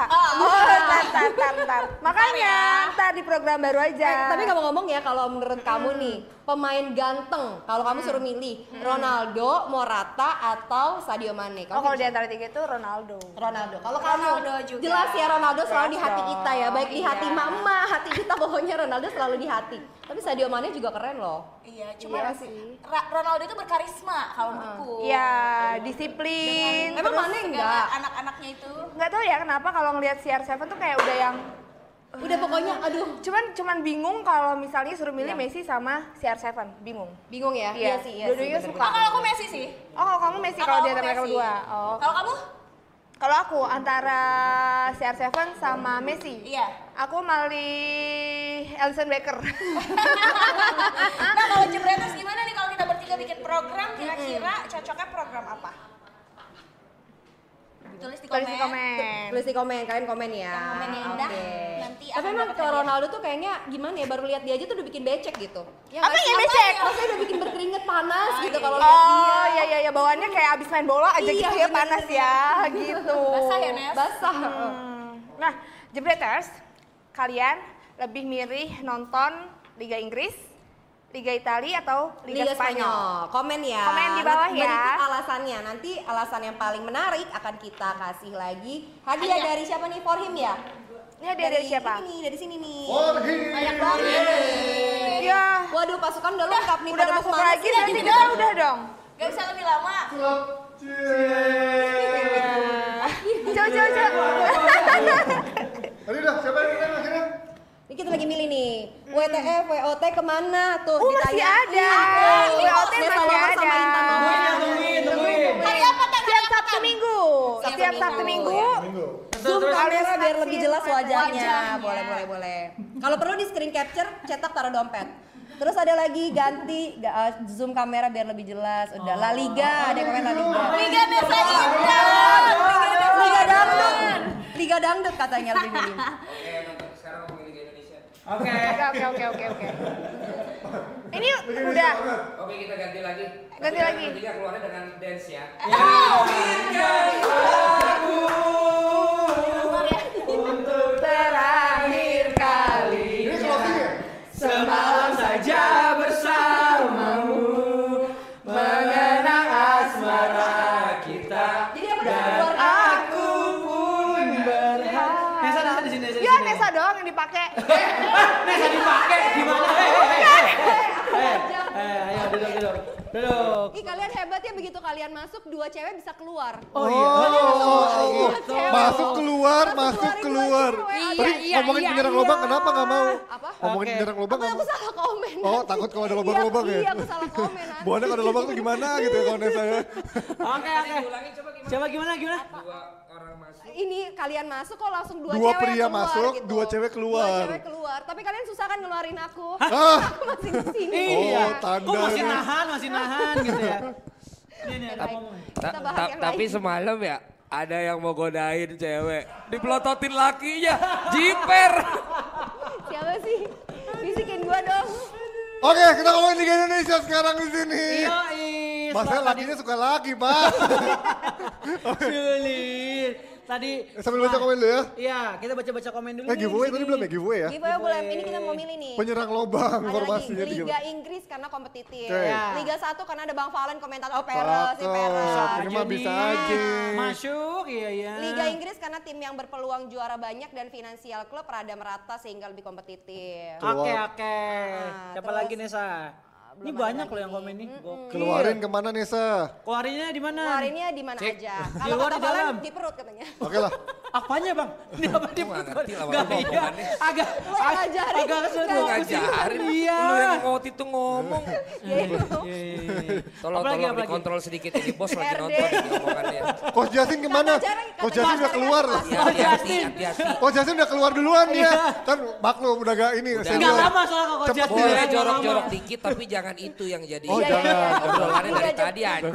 Ntar. Makanya ntar di program baru aja. Tapi ngomong-ngomong ya kalau menurut kamu nih, pemain ganteng, kalau kamu suruh milih Ronaldo, Morata atau Sadio Mane. Oh, kalau di antara tiga itu Ronaldo. Ronaldo. Kalau Ronaldo kamu juga. jelas ya Ronaldo selalu di hati Jelas kita ya, baik di Iya. hati mama, hati kita pokoknya Ronaldo selalu di hati. Tapi Sadio Mane juga keren loh. Iya, cuma Iya sih. Ronaldo itu berkarisma kalau menurutku. Iya, disiplin. Emang terus Mane Segala enggak? anak-anaknya itu. nggak tahu ya kenapa kalau ngelihat CR7 tuh kayak udah yang Udah pokoknya aduh, cuman bingung kalau misalnya suruh milih Messi sama CR7, bingung. bingung ya. Iya. Iya sih, Dua-duanya bener. suka. Oh, kalau aku Messi sih. Oh, kalau kamu Messi Kalau kalau di aku antara mereka Messi. berdua. Oh. Kalau kamu? Kalau aku antara CR7 sama Messi. Iya. Aku milih Alisson Becker. Nah, kalau Jebreters gimana nih kalau kita bertiga bikin program, kira-kira cocoknya program apa? Tulis di komen. Tulis di komen. Tulis di komen, kalian komen ya. Yang komen yang indah, Oke. nanti Tapi akan emang dapat kalau hadiah. Ronaldo tuh kayaknya gimana ya, baru lihat dia aja tuh udah bikin becek gitu. Ya Apa nggak sih? yang becek? Maksudnya udah bikin berkeringet panas gitu kalau lihat dia. Oh, iya bawaannya kayak abis main bola aja Iya, gitu ya, bener, panas bener. ya, gitu. Basah ya, Nes? Basah. Nah, Jebreters, kalian lebih milih nonton Liga Inggris, Liga Italia atau Liga, Spanyol? Komen ya. Komen di bawah ya. Berikut alasannya. Nanti alasan yang paling menarik akan kita kasih lagi. Hadiah dari siapa nih? For him ya? Ini hadiah dari siapa? Ini, dari sini nih. Forhi. Banyak banget. Ya, Waduh, pasukan udah lengkap nih. udah pada masuk mau kemana lagi sih? berarti kita udah dong. Gak bisa lebih lama. Coba. Tadi udah, siapa yang menang akhirnya? Ini kita lagi milih nih. WTF, WOT kemana tuh? Oh, masih ada. WOT masih ada. Hari apa Tan? Setiap Sabtu Minggu. Setiap Sabtu Minggu. Zoom kamera biar lebih jelas wajahnya. Wajahnya. Boleh. Kalau perlu di screen capture, cetak taruh dompet. Terus ada lagi ganti zoom kamera biar lebih jelas. Udah La Liga, ada yang komen La Liga. Liga Nesa Indah. Liga dangdut. Liga dangdut katanya lebih milih. Oke, nonton sekarang ngomongin Liga Indonesia. Oke. Ini udah. Oke, kita ganti lagi. Ganti lagi. Liga keluarnya dengan dance ya. Oh. Nesa dong yang dipakai. Nesa dipakai gimana? Ayo duduk. Ih kalian hebat ya, begitu kalian masuk 2 cewek bisa keluar. Oh iya. Gitu. Masuk keluar. Tadi Iya, ngomongin iya, penyerang iya. lubang kenapa nggak mau? Apa? Ngomongin Oke. penyerang lubang Aku nggak mau? salah komen. Oh takut kalau ada lubang-lubang ya? Iya aku salah komen nanti. Buahnya kalau ada lubang tuh gimana gitu ya kalau saya? Oke. Ulangin coba gimana? Coba gimana? 2 orang masuk. Ini kalian masuk kok langsung 2 Dua cewek pria keluar masuk, gitu. 2 cewek keluar. 2 cewek keluar. Tapi kalian susah kan ngeluarin aku. Ah, Aku masih di sini. Iya. tanda Kok masih ini. nahan gitu ya. Ini ada Baik. ngomong. Kita bahas yang Tapi lain. semalam ya ada yang mau godain cewek, dipelototin lakinya, jiper. Siapa sih? Bisikin gua dong. Oke, kita ngomongin Liga Indonesia sekarang di sini. Yoi. Masalah lakinya suka laki, Pak. Sulit. Tadi Sambil baca komen dulu ya. Iya, kita baca-baca komen dulu. nih Giveaway di tadi sini. belum ya giveaway ya? Giveaway boleh. Ini kita mau milih nih. Penyerang lubang Ada lagi formasinya Liga Inggris karena kompetitif. Oke. Ya. Liga 1 karena ada Bang Valen komentator Peres, si Peres. Cakep. Ini mah bisa aja. Masuk, iya. Liga Inggris karena tim yang berpeluang juara banyak dan finansial klub rada merata sehingga lebih kompetitif. Oke. Siapa terus- lagi Nesa? Ini belum ada banyak lagi loh yang nih. komen nih. Gokil. Keluarin kemana Nesa? Keluarinnya di mana? Keluarinnya di mana aja. Di Kalau luar, kata di dalam? Valen di perut katanya. Oke lah. Apanya bang? Ini apa di Gua nggak perut? ngerti lah Nggak, apa iya. omongannya. Agak Lu yang ngajarin. agak kesulitan. Lu Ngajarin, Iya. lu yang waktu itu ngomong. Iya, iya. Tolong Apalagi? dikontrol sedikit ini bos lagi RD. nonton ini omongannya. Coach Jasin kemana? Coach Jasin udah keluar. Ya, hati-hati. Coach Jasin udah keluar duluan Iya. dia. Kan maklum udah gak ini. Udah. Nggak lama soalnya kok Cepet Justin. Boleh Nggak jorok-jorok lama. dikit tapi jangan itu yang jadi Oh, jangan. obrolannya dari Liga tadi aja.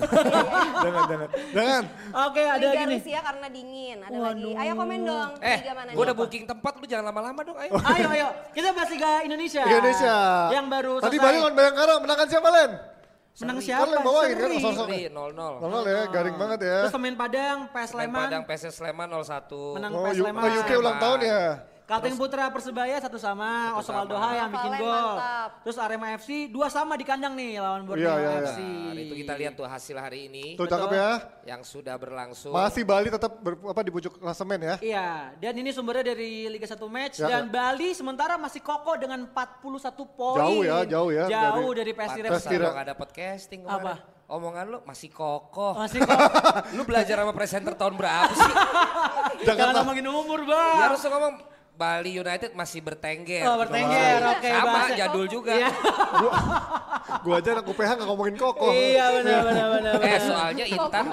Jangan. Oke, ada Liga lagi nih. Rusia karena dingin. Ada lagi. Ayo komen dong. Liga mana Gue udah nih? booking tempat, lu jangan lama-lama dong, ayo. Ayo. Kita bahas Liga Indonesia. Liga Indonesia. Yang baru Tadi selesai. Bali lawan Bayangkara menangkan siapa Len? Menang Seri. siapa? Kan yang bawain kan Seri. sosok. Seri 0-0. Normal ya, garing banget ya. Terus pemain Padang, PS Main Sleman. Padang PSS Sleman 0-1. Menang Oh, PS Sleman. UK ulang tahun ya. Kalteng Putra Persebaya 1-1, Osvaldo Aldoha yang bikin Valen, gol. mantap. Terus Arema FC 2-2 di kandang nih lawan Borneo Iya, iya, iya. FC. Nah, itu kita lihat tuh hasil hari ini Tuh cakep ya. yang sudah berlangsung. Masih Bali tetap di pucuk klasemen ya. Iya, dan ini sumbernya dari Liga 1 match Ya, dan ya. Bali sementara masih kokoh dengan 41 poin. Jauh ya, Jauh dari PS Tira. Pantes Tira. Lo gak dapet casting Apa? kemarin. Omongan lu masih kokoh. Masih kokoh. Lu belajar sama presenter tahun berapa sih? Jangan ngomongin umur, Bang. Ya harus ngomong Bali United masih bertengger. Oh, bertengger, oke. Sama bahasa- jadul juga. Iya, Gua aja anak UPH gak ngomongin kokoh. iya benar. Soalnya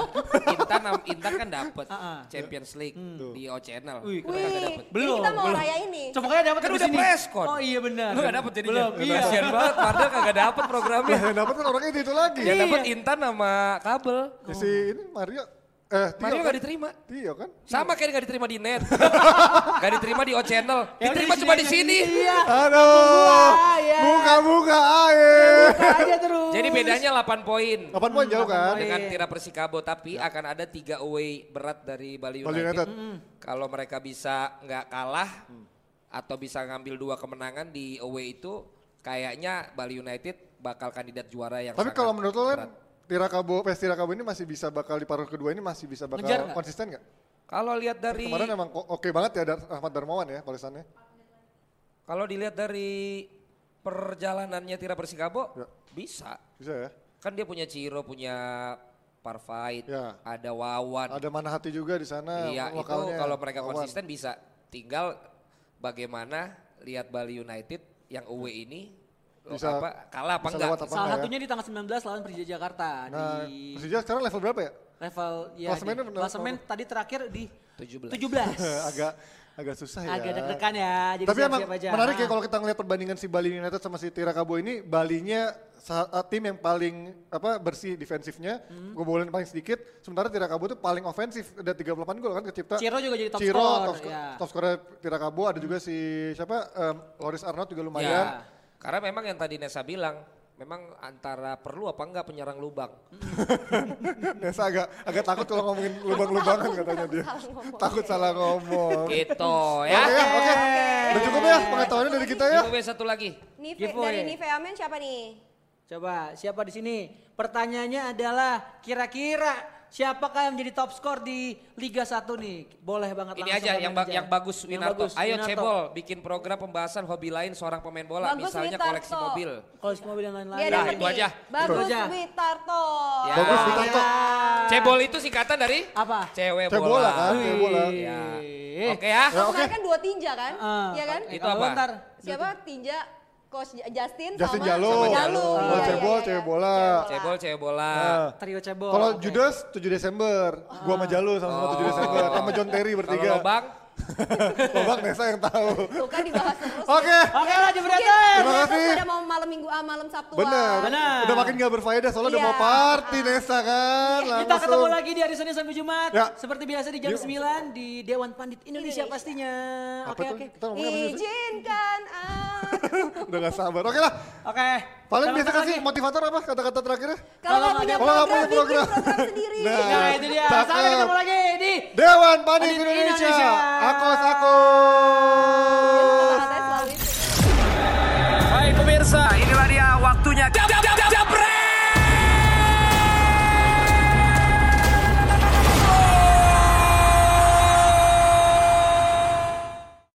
Intan kan dapet Champions League di O Channel. Wih, Lu kagak Wih, dapet. Belum, ini kita mau belum. raya ini. Coba kayak dapat Kan di udah sini. preskon. Oh iya benar. Lu gak dapet jadinya. Belum, iya. Kasian banget, padahal kagak dapet programnya. Yang dapat kan orangnya itu lagi. Yang dapet Intan sama kabel. Si ini Mario. Tio Mario kan? gak diterima. Tio kan? Sama kayak gak diterima di net. Gak diterima di O Channel. Ya Diterima udah cuma di aja. sini. Iya. Aduh. ya. Buka air. Aja terus. Jadi bedanya 8 poin. 8 poin jauh kan? Dengan Tira Persikabo, tapi akan ada 3 away berat dari Bali Bali United. United. Kalau mereka bisa nggak kalah atau bisa ngambil 2 kemenangan di away itu, kayaknya Bali United bakal kandidat juara yang Tapi sangat kalau menurut lo berat. kan PS Tirakabo ini masih bisa bakal di paruh kedua ini masih bisa bakal Ngejar nggak? konsisten nggak? Kalau lihat dari Kemarin emang oke banget ya Ahmad Darmawan ya balasannya. kalau dilihat dari perjalanannya Tira Persikabo Ya. bisa. Bisa ya. Kan dia punya Ciro, punya Parfight, Ya. ada Wawan. Ada Manahati juga di sana. Iya, itu lokalnya. kalau mereka Wawan. konsisten bisa. Tinggal bagaimana lihat Bali United yang away ini Bisa- kalah apa bisa enggak. lewat apa Salah enggak ya? satunya di tanggal 19 lawan Persija Jakarta Nah, di Persija sekarang level berapa ya? level ya Klasemennya di- benar- klasemen tadi terakhir di 17. 17. agak susah ya. Agak deg-degan ya. Jadi Tapi emang siap-siap aja. menarik ya kalau kita ngeliat perbandingan si Bali United sama si Tirakabo ini, Balinya tim yang paling bersih defensifnya, kebobolan paling sedikit, sementara Tirakabo tuh paling ofensif, ada 38 gol kan kecipta. Ciro juga jadi top Ciro, score, ya. top scorer Tirakabo, ada juga si siapa Loris Arnold juga Ya. lumayan. Karena memang yang tadi Nesa bilang, memang antara perlu apa enggak penyerang lubang. Nesa agak takut kalau ngomongin lubang-lubangan katanya dia. Takut salah ngomong. Gitu ya. Oke. Udah cukup ya pengetahuannya dari kita ya. Giveaway satu lagi. Nive, Giveaway. dari Nive Amen siapa nih? Coba siapa di sini? Pertanyaannya adalah kira-kira siapakah yang menjadi top skor di Liga 1 nih? Boleh banget Ini langsung aja komen yang bagus Winarto. Ayo Winarto. Cebol bikin program pembahasan hobi lain seorang pemain bola, Bagus, misalnya Winarto. koleksi mobil. Koleksi mobil dan lain-lain. Dia Nah, dapet itu nih. aja. Bagus Itu aja. Witarto. Ya. Bagus Witarto. Cebol itu singkatan dari Apa? cewek Cewek bola. bola kan, cewek bola. Ya. Wih. Oke ya. Ya, oke. Kemarin kan 2 tinja kan? Iya kan? Itu Kalau apa? ntar, Siapa? Tinja Coach Justin Justin sama Jalo. sama Sama Jalu. Jalu. Oh, Iya, cebol, iya, cewek iya. bola. Cebol cewek bola. Nah. trio cebol. Kalau Oke. Judas 7 Desember, gua sama Jalu sama 7 Desember, sama John Terry Kalau bertiga. lobang, Lobang Nesa yang tahu. Tuh kan dibahas terus. Oke, Oke lah Jebreters. Terima Terus kasih. pada mau malam minggu malam Sabtu. benar. Benar. Udah makin gak berfaedah soalnya udah Iya. mau party Nesa kan. Kita Langsung. ketemu lagi di hari Senin sampai Jumat. Ya. Seperti biasa di jam 9 di Dewan Pandit Indonesia pastinya. Apa Oke tuh? oke. Kita ngomongnya apa sih? Izinkan aku. Udah gak sabar. Oke lah. Oke. Paling Selamat biasa kasih pagi. motivator apa kata-kata terakhirnya? Kalau nggak nggak punya Kalau nggak program, punya program. bikin program sendiri. Nah itu dia. Cakep. Sampai ketemu lagi di Dewan Pandit Pandit Indonesia. Indonesia. Akos. Kata-katanya selalu itu. Hai pemirsa, inilah dia waktunya